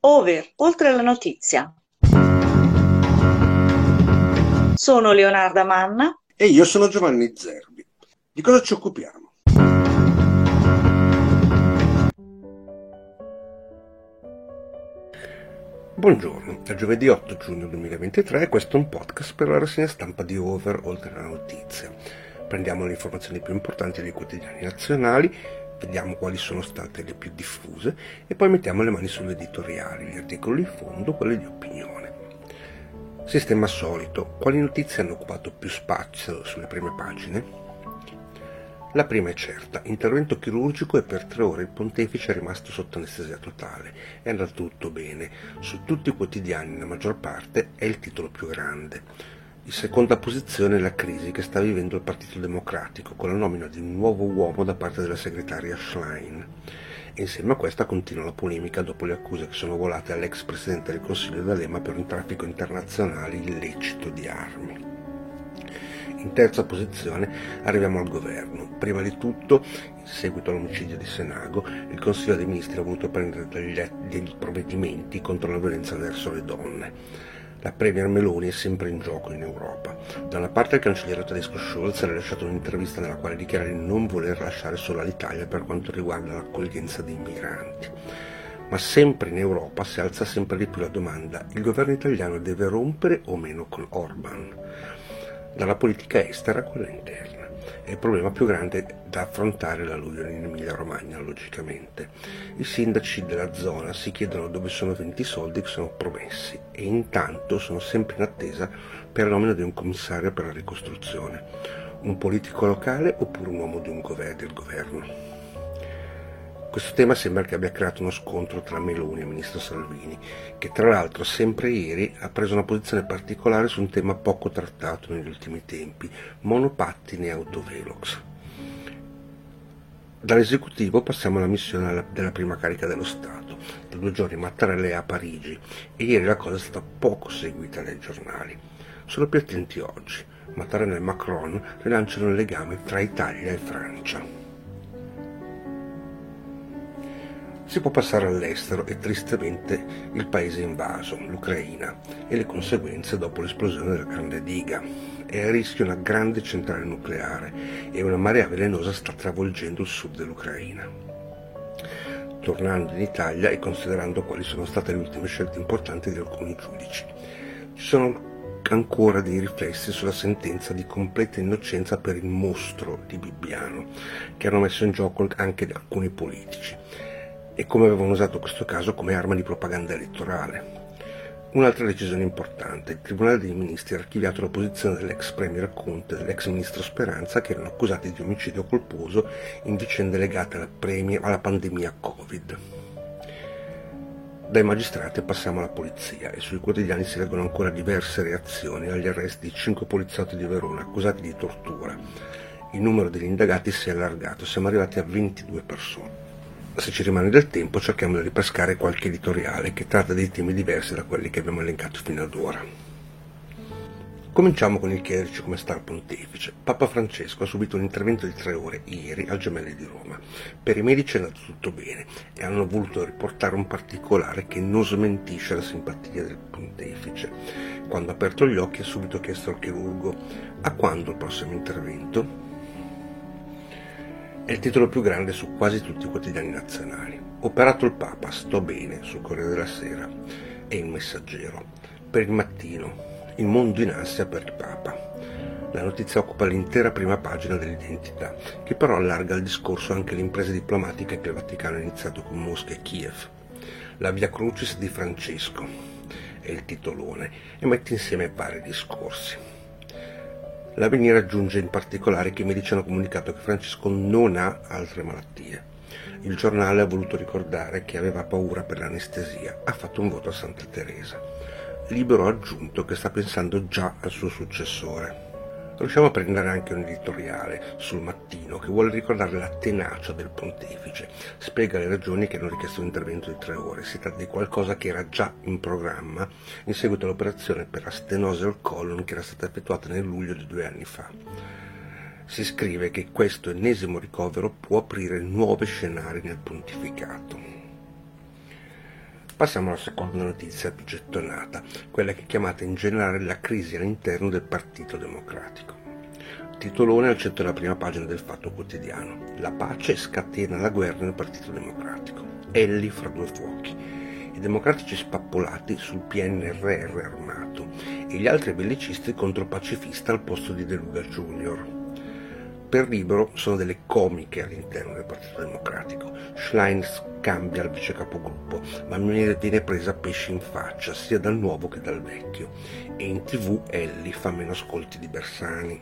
Over, oltre la notizia. Sono Leonarda Manna. E io sono Giovanni Zerbi. Di cosa ci occupiamo? Buongiorno, è giovedì 8 giugno 2023 e questo è un podcast per la rassegna stampa di Over, oltre la notizia. Prendiamo le informazioni più importanti dei quotidiani nazionali, vediamo quali sono state le più diffuse e poi mettiamo le mani sulle editoriali, gli articoli di fondo, quelli di opinione. Sistema solito, quali notizie hanno occupato più spazio sulle prime pagine? La prima è certa, intervento chirurgico e per 3 ore il pontefice è rimasto sotto anestesia totale. È andato tutto bene. Su tutti i quotidiani, la maggior parte, è il titolo più grande. In seconda posizione è la crisi che sta vivendo il Partito Democratico, con la nomina di un nuovo uomo da parte della segretaria Schlein. E insieme a questa continua la polemica dopo le accuse che sono volate all'ex presidente del Consiglio D'Alema per un traffico internazionale illecito di armi. In terza posizione arriviamo al governo. Prima di tutto, in seguito all'omicidio di Senago, il Consiglio dei Ministri ha voluto prendere degli provvedimenti contro la violenza verso le donne. La Premier Meloni è sempre in gioco in Europa. Da una parte il cancelliere tedesco Scholz ha rilasciato un'intervista nella quale dichiara di non voler lasciare sola l'Italia per quanto riguarda l'accoglienza dei migranti. Ma sempre in Europa si alza sempre di più la domanda: il governo italiano deve rompere o meno con Orban? Dalla politica estera a quella interna. È il problema più grande da affrontare la luglio in Emilia-Romagna, logicamente. I sindaci della zona si chiedono dove sono venuti i soldi che sono promessi e intanto sono sempre in attesa per la nomina di un commissario per la ricostruzione. Un politico locale oppure un uomo del governo? Questo tema sembra che abbia creato uno scontro tra Meloni e il ministro Salvini, che tra l'altro sempre ieri ha preso una posizione particolare su un tema poco trattato negli ultimi tempi: monopattini e autovelox. Dall'esecutivo passiamo alla missione della prima carica dello Stato. Da 2 giorni Mattarella è a Parigi e ieri la cosa è stata poco seguita dai giornali. Sono più attenti oggi. Mattarella e Macron rilanciano il legame tra Italia e Francia. Si può passare all'estero e tristemente il paese invaso, l'Ucraina, e le conseguenze dopo l'esplosione della grande diga. È a rischio una grande centrale nucleare e una marea velenosa sta travolgendo il sud dell'Ucraina. Tornando in Italia e considerando quali sono state le ultime scelte importanti di alcuni giudici, ci sono ancora dei riflessi sulla sentenza di completa innocenza per il mostro di Bibbiano, che hanno messo in gioco anche alcuni politici, e come avevano usato questo caso come arma di propaganda elettorale. Un'altra decisione importante: il Tribunale dei Ministri ha archiviato la posizione dell'ex premier Conte e dell'ex ministro Speranza, che erano accusati di omicidio colposo in vicende legate alla pandemia Covid. Dai magistrati passiamo alla polizia e sui quotidiani si leggono ancora diverse reazioni agli arresti di 5 poliziotti di Verona accusati di tortura. Il numero degli indagati si è allargato, siamo arrivati a 22 persone. Se ci rimane del tempo cerchiamo di ripescare qualche editoriale che tratta dei temi diversi da quelli che abbiamo elencato fino ad ora. Cominciamo con il chiederci come sta il pontefice. Papa Francesco ha subito un intervento di 3 ore ieri al Gemelli di Roma. Per i medici è andato tutto bene e hanno voluto riportare un particolare che non smentisce la simpatia del pontefice. Quando ha aperto gli occhi ha subito chiesto al chirurgo: a quando il prossimo intervento? È il titolo più grande su quasi tutti i quotidiani nazionali. Operato il Papa, sto bene, sul Corriere della Sera. E il Messaggero. Per il Mattino, il mondo in ansia per il Papa. La notizia occupa l'intera prima pagina dell'Identità, che però allarga il discorso anche alle imprese diplomatiche che il Vaticano ha iniziato con Mosca e Kiev. La Via Crucis di Francesco è il titolone e mette insieme vari discorsi. L'Avvenire aggiunge in particolare che i medici hanno comunicato che Francesco non ha altre malattie. Il giornale ha voluto ricordare che aveva paura per l'anestesia, ha fatto un voto a Santa Teresa. Libero ha aggiunto che sta pensando già al suo successore. Riusciamo a prendere anche un editoriale sul Mattino che vuole ricordare la tenacia del pontefice. Spiega le ragioni che hanno richiesto un intervento di 3 ore. Si tratta di qualcosa che era già in programma in seguito all'operazione per la stenosi al colon che era stata effettuata nel luglio di 2 anni fa. Si scrive che questo ennesimo ricovero può aprire nuovi scenari nel pontificato. Passiamo alla seconda notizia più gettonata, quella che è chiamata in generale la crisi all'interno del Partito Democratico. Titolone al centro della prima pagina del Fatto Quotidiano. La pace scatena la guerra nel Partito Democratico. Elli fra due fuochi. I democratici spappolati sul PNRR armato e gli altri bellicisti contro il pacifista al posto di De Luca Junior. Per Libero sono delle comiche all'interno del Partito Democratico. Schlein cambia il vice capogruppo, ma viene presa a pesci in faccia sia dal nuovo che dal vecchio. E in TV Elli fa meno ascolti di Bersani.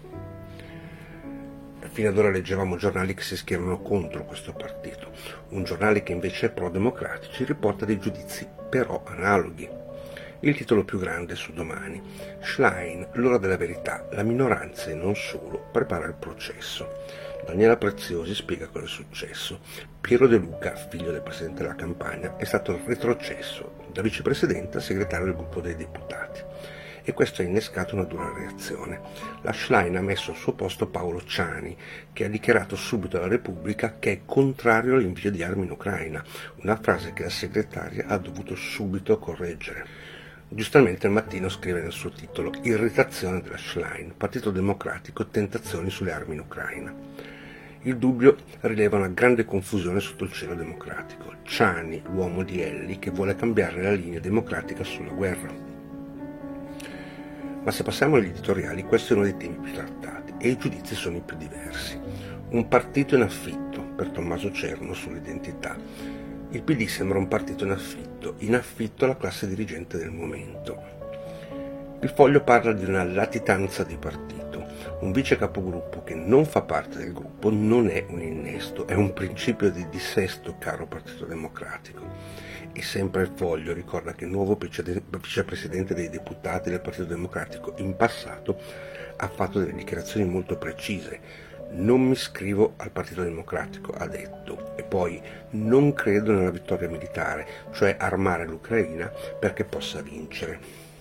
Fino ad ora leggevamo giornali che si schierano contro questo partito. Un giornale che invece è pro-democratici riporta dei giudizi però analoghi. Il titolo più grande su Domani. Schlein, l'ora della verità, la minoranza e non solo prepara il processo. Daniela Preziosi spiega cosa è successo. Piero De Luca, figlio del presidente della Campania, è stato retrocesso da vicepresidente a segretario del gruppo dei deputati. E questo ha innescato una dura reazione. La Schlein ha messo al suo posto Paolo Ciani, che ha dichiarato subito alla Repubblica che è contrario all'invio di armi in Ucraina, una frase che la segretaria ha dovuto subito correggere. Giustamente il Mattino scrive nel suo titolo «Irritazione della Schlein, Partito Democratico, tentazioni sulle armi in Ucraina». Il Dubbio rileva una grande confusione sotto il cielo democratico. Ciani, l'uomo di Elli, che vuole cambiare la linea democratica sulla guerra. Ma se passiamo agli editoriali, questo è uno dei temi più trattati e i giudizi sono i più diversi. Un partito in affitto, per Tommaso Cerno sull'identità. Il PD sembra un partito in affitto alla classe dirigente del momento. Il Foglio parla di una latitanza di partito. Un vice capogruppo che non fa parte del gruppo non è un innesto, è un principio di dissesto, caro Partito Democratico. E sempre il Foglio ricorda che il nuovo vicepresidente dei deputati del Partito Democratico in passato ha fatto delle dichiarazioni molto precise. Non mi iscrivo al Partito Democratico, ha detto, e poi non credo nella vittoria militare, cioè armare l'Ucraina perché possa vincere.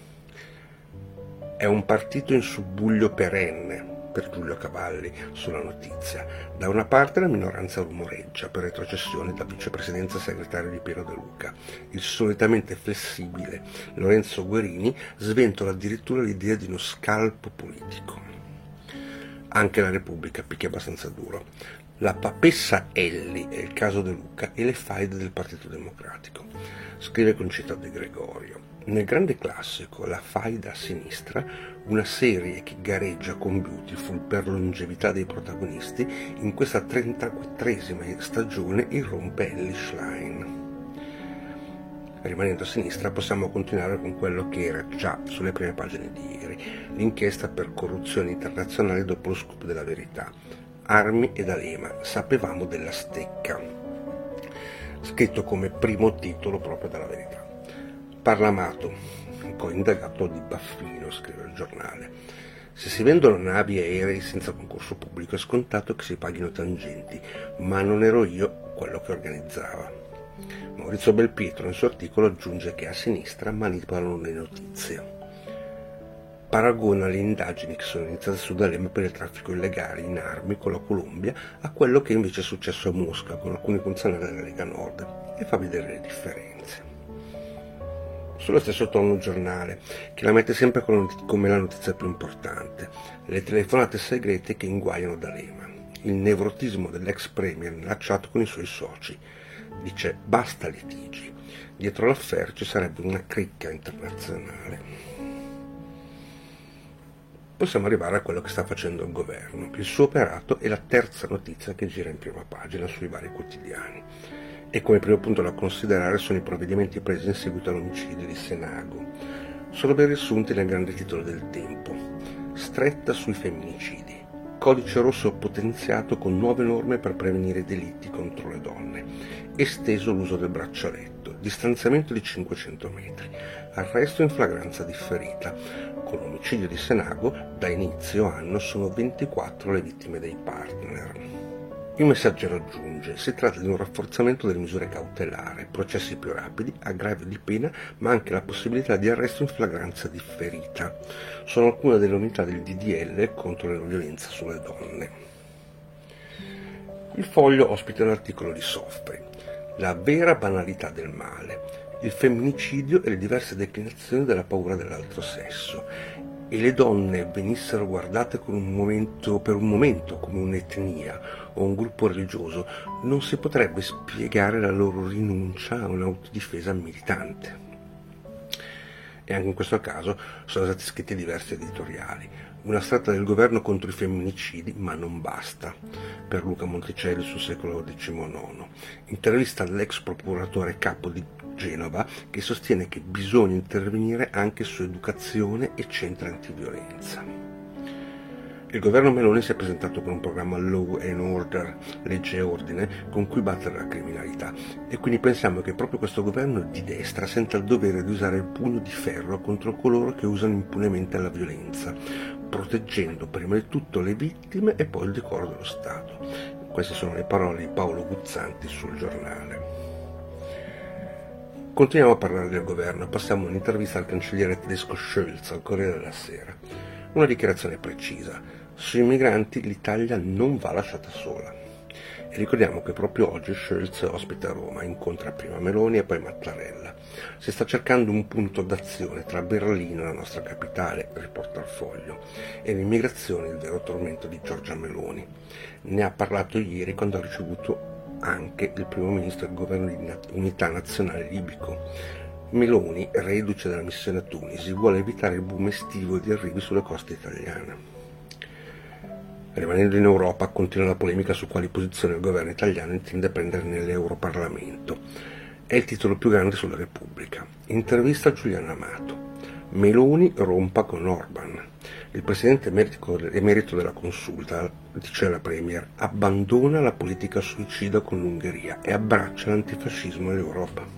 È un partito in subbuglio perenne per Giulio Cavalli sulla notizia. Da una parte la minoranza rumoreggia per retrocessione da vicepresidenza segretario di Piero De Luca. Il solitamente flessibile Lorenzo Guerini sventola addirittura l'idea di uno scalpo politico. Anche la Repubblica picchia abbastanza duro. La papessa Elli è il caso De Luca e le faide del Partito Democratico. Scrive Concita De Gregorio. Nel grande classico La faida a sinistra, una serie che gareggia con Beautiful per longevità dei protagonisti, in questa 34esima stagione irrompe Elly Schlein. Rimanendo a sinistra possiamo continuare con quello che era già sulle prime pagine di ieri, l'inchiesta per corruzione internazionale dopo lo scoop della Verità. Armi ed Alema, sapevamo della stecca. Scritto come primo titolo proprio dalla Verità. Parlamato, coindagato di Baffino, scrive il giornale. Se si vendono navi e aerei senza concorso pubblico è scontato che si paghino tangenti, ma non ero io quello che organizzava. Maurizio Belpietro nel suo articolo aggiunge che a sinistra manipolano le notizie. Paragona le indagini che sono iniziate su D'Alema per il traffico illegale in armi con la Colombia a quello che invece è successo a Mosca con alcuni funzionari della Lega Nord e fa vedere le differenze. Sullo stesso tono il giornale, che la mette sempre come la notizia più importante, le telefonate segrete che inguaiano D'Alema, il nevrotismo dell'ex premier nella chat con i suoi soci. Dice basta litigi, dietro l'affair ci sarebbe una cricca internazionale. Possiamo arrivare a quello che sta facendo il governo. Il suo operato è la terza notizia che gira in prima pagina sui vari quotidiani. E come primo punto da considerare sono i provvedimenti presi in seguito all'omicidio di Senago. Sono ben riassunti nel grande titolo del Tempo. Stretta sui femminicidi. Codice rosso potenziato con nuove norme per prevenire i delitti contro le donne. Esteso l'uso del braccialetto. Distanziamento di 500 metri. Arresto in flagranza differita. Con l'omicidio di Senago, da inizio anno sono 24 le vittime dei partner. Il Messaggero aggiunge, si tratta di un rafforzamento delle misure cautelari, processi più rapidi, aggravio di pena, ma anche la possibilità di arresto in flagranza differita. Sono alcune delle novità del DDL contro la violenza sulle donne. Il Foglio ospita un articolo di Soffri. la vera banalità del male, il femminicidio e le diverse declinazioni della paura dell'altro sesso, e le donne venissero guardate per un momento come un'etnia o un gruppo religioso, non si potrebbe spiegare la loro rinuncia a un'autodifesa militante. E anche in questo caso sono stati scritti diversi editoriali. Una stretta del governo contro i femminicidi, ma non basta, per Luca Monticelli sul secolo XIX. Intervista all'ex procuratore capo di Genova che sostiene che bisogna intervenire anche su educazione e centri antiviolenza. Il governo Meloni si è presentato con un programma Law and Order, legge e ordine, con cui battere la criminalità, e quindi pensiamo che proprio questo governo di destra senta il dovere di usare il pugno di ferro contro coloro che usano impunemente la violenza, proteggendo prima di tutto le vittime e poi il decoro dello Stato. Queste sono le parole di Paolo Guzzanti sul Giornale. Continuiamo a parlare del governo e passiamo a un'intervista al cancelliere tedesco Scholz al Corriere della Sera. Una dichiarazione precisa: sui migranti l'Italia non va lasciata sola. E ricordiamo che proprio oggi Scholz ospita a Roma, incontra prima Meloni e poi Mattarella. Si sta cercando un punto d'azione tra Berlino, la nostra capitale, riporta il Foglio, e l'immigrazione, il vero tormento di Giorgia Meloni. Ne ha parlato ieri quando ha ricevuto anche il primo ministro del governo di unità nazionale libico. Meloni, reduce dalla missione a Tunisi, vuole evitare il boom estivo di arrivi sulle coste italiane. Rimanendo in Europa, continua la polemica su quali posizioni il governo italiano intende prendere nell'Europarlamento. È il titolo più grande sulla Repubblica. Intervista a Giuliano Amato. Meloni rompa con Orban. Il presidente emerito della Consulta, dice la Premier, abbandona la politica suicida con l'Ungheria e abbraccia l'antifascismo all'Europa.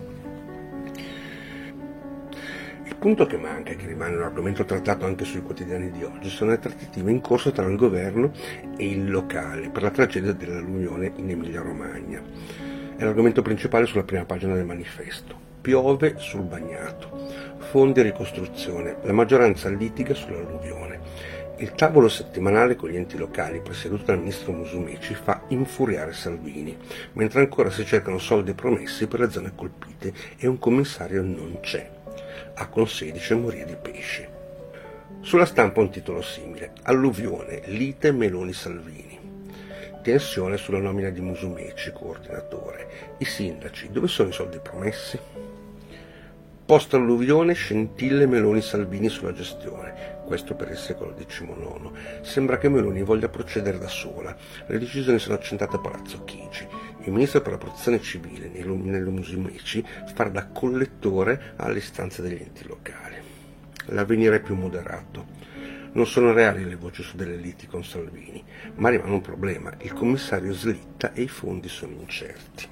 Il punto che manca e che rimane un argomento trattato anche sui quotidiani di oggi sono le trattative in corso tra il governo e il locale per la tragedia dell'alluvione in Emilia-Romagna. È l'argomento principale sulla prima pagina del manifesto. Piove sul bagnato. Fondi e ricostruzione. La maggioranza litiga sull'alluvione. Il tavolo settimanale con gli enti locali presieduto dal ministro Musumeci fa infuriare Salvini, mentre ancora si cercano soldi promessi per le zone colpite e un commissario non c'è. A con 16 morì di pesci. Sulla Stampa un titolo simile: alluvione, lite Meloni-Salvini. Tensione sulla nomina di Musumeci, coordinatore. I sindaci, dove sono i soldi promessi? Post alluvione, scintille Meloni-Salvini sulla gestione. Questo per il secolo XIX. Sembra che Meloni voglia procedere da sola. Le decisioni sono accentrate a Palazzo Chigi. Il ministro per la protezione civile, Nello Musumeci, far da collettore alle istanze degli enti locali. L'avvenire è più moderato. Non sono reali le voci su delle liti con Salvini, ma rimane un problema: il commissario slitta e i fondi sono incerti.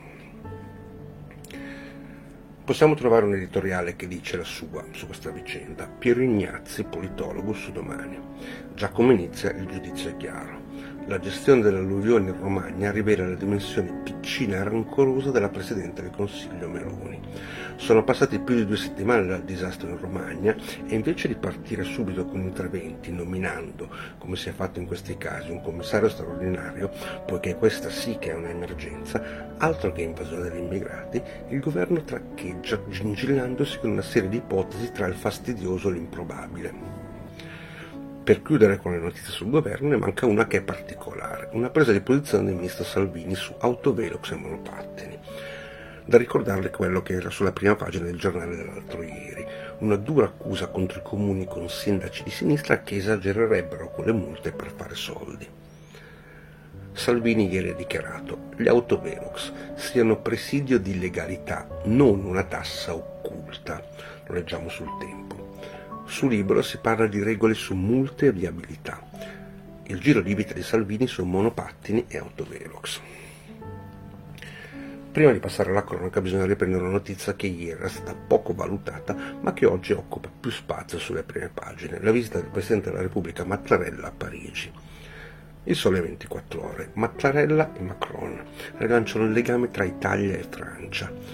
Possiamo trovare un editoriale che dice la sua su questa vicenda. Piero Ignazzi, politologo, su Domani. Già come inizia il giudizio è chiaro. La gestione dell'alluvione in Romagna rivela la dimensione piccina e rancorosa della Presidente del Consiglio Meloni. Sono passati più di 2 settimane dal disastro in Romagna e invece di partire subito con interventi, nominando, come si è fatto in questi casi, un commissario straordinario, poiché questa sì che è un'emergenza, altro che invasione degli immigrati, il governo traccheggia gingillandosi con una serie di ipotesi tra il fastidioso e l'improbabile. Per chiudere con le notizie sul governo ne manca una che è particolare, una presa di posizione del ministro Salvini su autovelox e monopattini. Da ricordarle quello che era sulla prima pagina del giornale dell'altro ieri, una dura accusa contro i comuni con sindaci di sinistra che esagererebbero con le multe per fare soldi. Salvini ieri ha dichiarato: gli autovelox siano presidio di legalità, non una tassa occulta. Lo leggiamo sul Tempo. Su Libero si parla di regole su multe e viabilità. Il giro di vita di Salvini su monopattini e autovelox. Prima di passare alla cronaca bisogna riprendere una notizia che ieri era stata poco valutata ma che oggi occupa più spazio sulle prime pagine: la visita del Presidente della Repubblica Mattarella a Parigi. Il Sole 24 Ore. Mattarella e Macron rilanciano il legame tra Italia e Francia.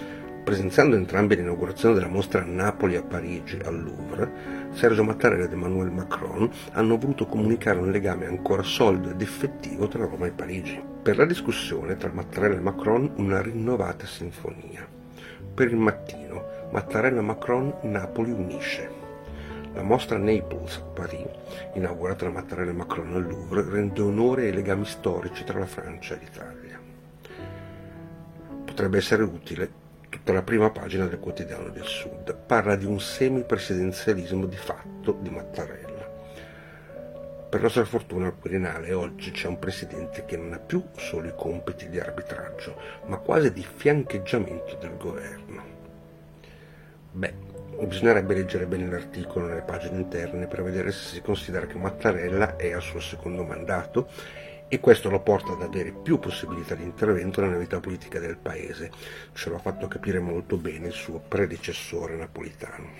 Presenziando entrambi all'inaugurazione della mostra Napoli a Parigi al Louvre, Sergio Mattarella ed Emmanuel Macron hanno voluto comunicare un legame ancora solido ed effettivo tra Roma e Parigi. Per la discussione tra Mattarella e Macron una rinnovata sinfonia. Per il mattino, Mattarella-Macron Napoli unisce. La mostra Naples Paris, inaugurata da Mattarella e Macron al Louvre, rende onore ai legami storici tra la Francia e l'Italia. Potrebbe essere utile tutta la prima pagina del Quotidiano del Sud. Parla di un semipresidenzialismo di fatto di Mattarella. Per nostra fortuna al Quirinale oggi c'è un presidente che non ha più solo i compiti di arbitraggio, ma quasi di fiancheggiamento del governo. Bisognerebbe leggere bene l'articolo nelle pagine interne per vedere se si considera che Mattarella è al suo secondo mandato e questo lo porta ad avere più possibilità di intervento nella vita politica del paese. Ce l'ha fatto capire molto bene il suo predecessore Napolitano.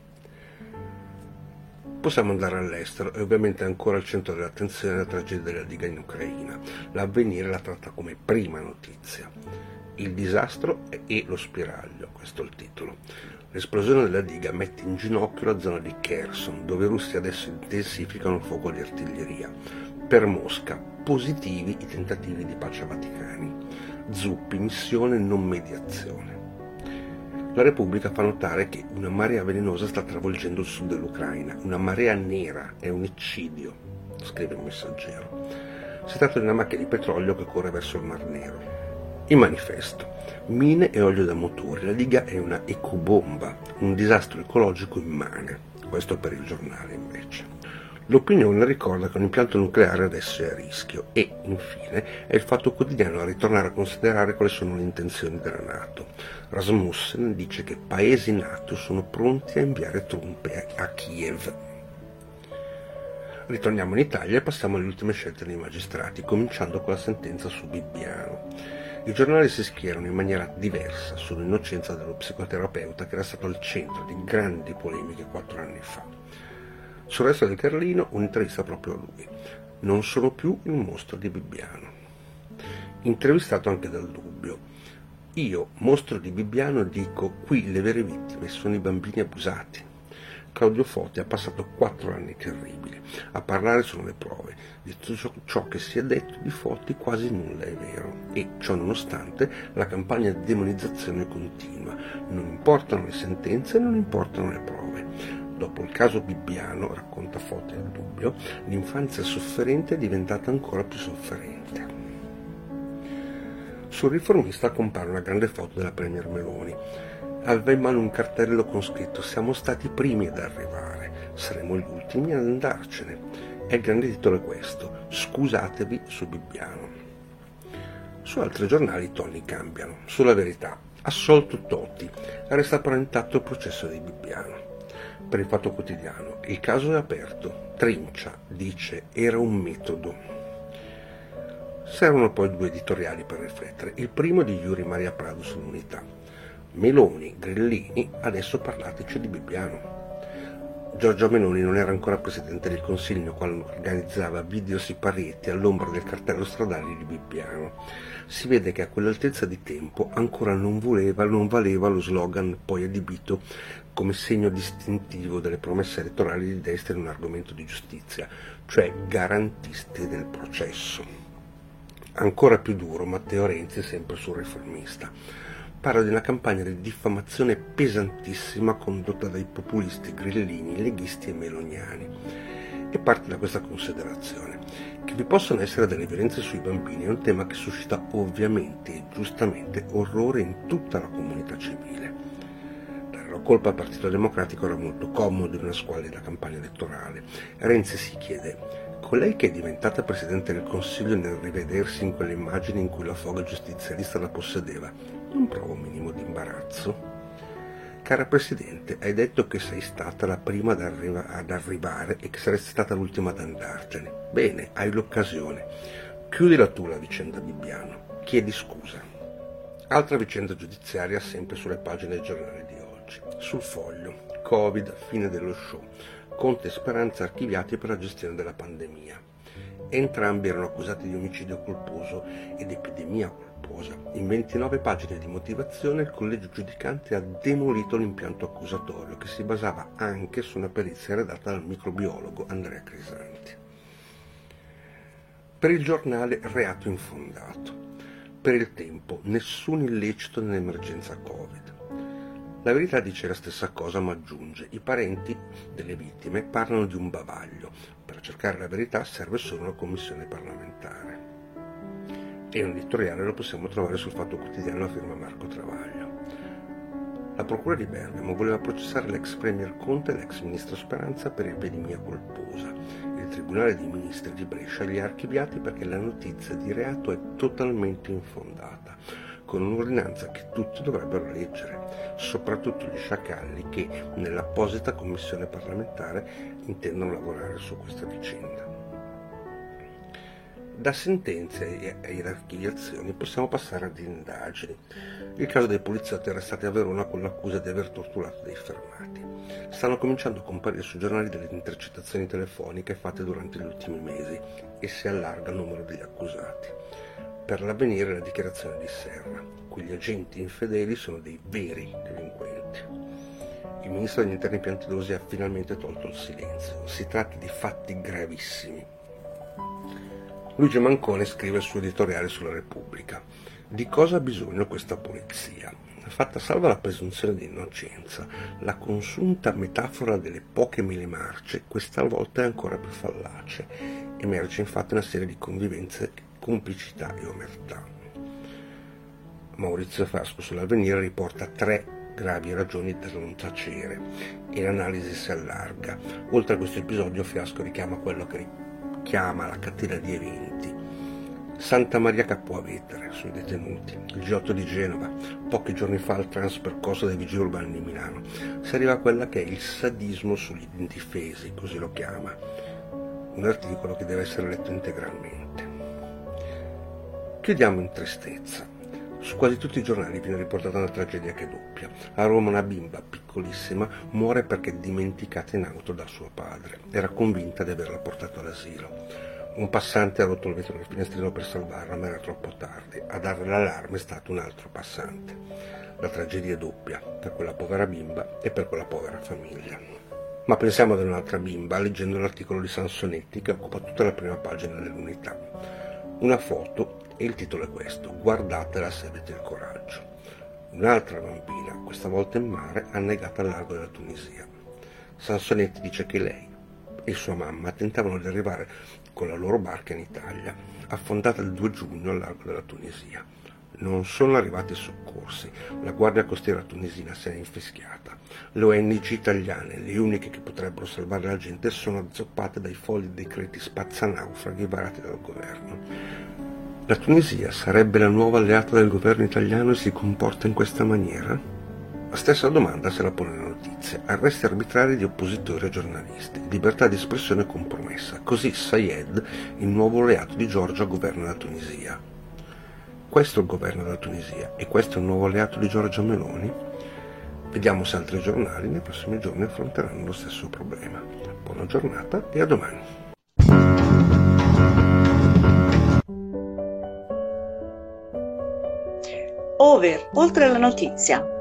Possiamo andare all'estero e ovviamente ancora al centro dell'attenzione la tragedia della diga in Ucraina. L'Avvenire la tratta come prima notizia. Il disastro e lo spiraglio, questo è il titolo. L'esplosione della diga mette in ginocchio la zona di Kherson, dove i russi adesso intensificano il fuoco di artiglieria. Per Mosca, positivi i tentativi di pace vaticani. Zuppi, missione non mediazione. La Repubblica fa notare che una marea velenosa sta travolgendo il sud dell'Ucraina. Una marea nera, è un eccidio, scrive il Messaggero. Si tratta di una macchia di petrolio che corre verso il Mar Nero. Il manifesto. Mine e olio da motore. La diga è una ecobomba, un disastro ecologico immane. Questo per il Giornale invece. L'opinione ricorda che un impianto nucleare adesso è a rischio e, infine, è il Fatto Quotidiano a ritornare a considerare quali sono le intenzioni della NATO. Rasmussen dice che paesi NATO sono pronti a inviare truppe a Kiev. Ritorniamo in Italia e passiamo alle ultime scelte dei magistrati, cominciando con la sentenza su Bibbiano. I giornali si schierano in maniera diversa sull'innocenza dello psicoterapeuta che era stato al centro di grandi polemiche 4 anni fa. Sul resto del Carlino un'intervista proprio a lui. Non sono più il mostro di Bibbiano. Intervistato anche dal Dubbio. Io, mostro di Bibbiano, dico qui le vere vittime sono i bambini abusati. Claudio Foti ha passato 4 anni terribili. A parlare sono le prove. Di tutto ciò che si è detto di Foti quasi nulla è vero. E, ciò nonostante, la campagna di demonizzazione continua. Non importano le sentenze, non importano le prove. Dopo il caso Bibbiano, racconta Foti nel Dubbio, l'infanzia sofferente è diventata ancora più sofferente. Sul Riformista compare una grande foto della Premier Meloni. Aveva in mano un cartello con scritto «Siamo stati i primi ad arrivare, saremo gli ultimi ad andarcene». E il grande titolo è questo: «Scusatevi su Bibbiano». Su altri giornali i toni cambiano. Sulla Verità, assolto Totti, resta però intatto il processo di Bibbiano. Per il Fatto Quotidiano, il caso è aperto. Trincia dice era un metodo. Servono poi 2 editoriali per riflettere. Il primo di Yuri Maria Prado sull'Unità. Meloni, Grillini, adesso parlateci di Bibbiano. Giorgia Meloni non era ancora Presidente del Consiglio quando organizzava video siparieti all'ombra del cartello stradale di Bibbiano. Si vede che a quell'altezza di tempo ancora non valeva lo slogan poi adibito come segno distintivo delle promesse elettorali di destra in un argomento di giustizia, cioè garantisti del processo. Ancora più duro Matteo Renzi, sempre sul Riformista. Parla di una campagna di diffamazione pesantissima condotta dai populisti grillini, leghisti e meloniani. E parte da questa considerazione. Che vi possano essere delle violenze sui bambini è un tema che suscita ovviamente e giustamente orrore in tutta la comunità civile. Dare la colpa al Partito Democratico era molto comodo in una squallida campagna elettorale. Renzi si chiede: colei che è diventata Presidente del Consiglio nel rivedersi in quelle immagini in cui la foga giustizialista la possedeva, non prova un minimo di imbarazzo? Cara Presidente, hai detto che sei stata la prima ad arrivare e che saresti stata l'ultima ad andarcene. Bene, hai l'occasione. Chiudila tu la vicenda Bibbiano. Chiedi scusa. Altra vicenda giudiziaria sempre sulle pagine del giornale di oggi. Sul Foglio. Covid, fine dello show. Conte e Speranza archiviati per la gestione della pandemia. Entrambi erano accusati di omicidio colposo ed epidemia colposa. In 29 pagine di motivazione il collegio giudicante ha demolito l'impianto accusatorio, che si basava anche su una perizia redatta dal microbiologo Andrea Crisanti. Per il giornale reato infondato. Per il Tempo nessun illecito nell'emergenza Covid. La Verità dice la stessa cosa, ma aggiunge: i parenti delle vittime parlano di un bavaglio. Per cercare la verità serve solo una commissione parlamentare. E un editoriale lo possiamo trovare sul Fatto Quotidiano a firma Marco Travaglio. La procura di Bergamo voleva processare l'ex premier Conte e l'ex ministro Speranza per epidemia colposa. Il Tribunale dei Ministri di Brescia li ha archiviati perché la notizia di reato è totalmente infondata, con un'ordinanza che tutti dovrebbero leggere, soprattutto gli sciacalli che nell'apposita commissione parlamentare intendono lavorare su questa vicenda. Da sentenze e archiviazioni possiamo passare ad indagini. Il caso dei poliziotti arrestati a Verona con l'accusa di aver torturato dei fermati. Stanno cominciando a comparire sui giornali delle intercettazioni telefoniche fatte durante gli ultimi mesi e si allarga il numero degli accusati. Per l'Avvenire la dichiarazione di Serra: quegli agenti infedeli sono dei veri delinquenti. Il ministro degli interni Piantedosi ha finalmente tolto il silenzio. Si tratta di fatti gravissimi. Luigi Mancone scrive il suo editoriale sulla Repubblica. Di cosa ha bisogno questa polizia? Fatta salva la presunzione di innocenza, la consunta metafora delle poche mele marce questa volta è ancora più fallace. Emerge infatti una serie di convivenze, complicità e omertà. Maurizio Fasco sull'Avvenire riporta 3 gravi ragioni da non tacere e l'analisi si allarga. Oltre a questo episodio Fiasco richiama quello che chiama la catena di eventi. Santa Maria Capua Vetere sui detenuti, il G8 di Genova, pochi giorni fa il transpercorso dei vigili urbani di Milano. Si arriva a quella che è il sadismo sugli indifesi, così lo chiama. Un articolo che deve essere letto integralmente. Chiudiamo in tristezza. Su quasi tutti i giornali viene riportata una tragedia che doppia. A Roma una bimba piccolissima muore perché dimenticata in auto da suo padre. Era convinta di averla portato all'asilo. Un passante ha rotto il vetro del finestrino per salvarla, ma era troppo tardi. A dare l'allarme è stato un altro passante. La tragedia è doppia, per quella povera bimba e per quella povera famiglia. Ma pensiamo ad un'altra bimba, leggendo l'articolo di Sansonetti che occupa tutta la prima pagina dell'Unità. Una foto e il titolo è questo: guardatela se avete il coraggio. Un'altra bambina, questa volta in mare, annegata al largo della Tunisia. Sansonetti dice che lei e sua mamma tentavano di arrivare con la loro barca in Italia, affondata il 2 giugno al largo della Tunisia. Non sono arrivati soccorsi, la guardia costiera tunisina si è infischiata. Le ONG italiane, le uniche che potrebbero salvare la gente, sono azzoppate dai folli decreti spazzanaufraghi varati dal governo. La Tunisia sarebbe la nuova alleata del governo italiano e si comporta in questa maniera? La stessa domanda se la pone la notizia. Arresti arbitrari di oppositori e giornalisti, libertà di espressione compromessa. Così Sayed, il nuovo alleato di Giorgia, governa la Tunisia. Questo è il governo della Tunisia e questo è il nuovo alleato di Giorgia Meloni? Vediamo se altri giornali nei prossimi giorni affronteranno lo stesso problema. Buona giornata e a domani. Over, oltre la notizia.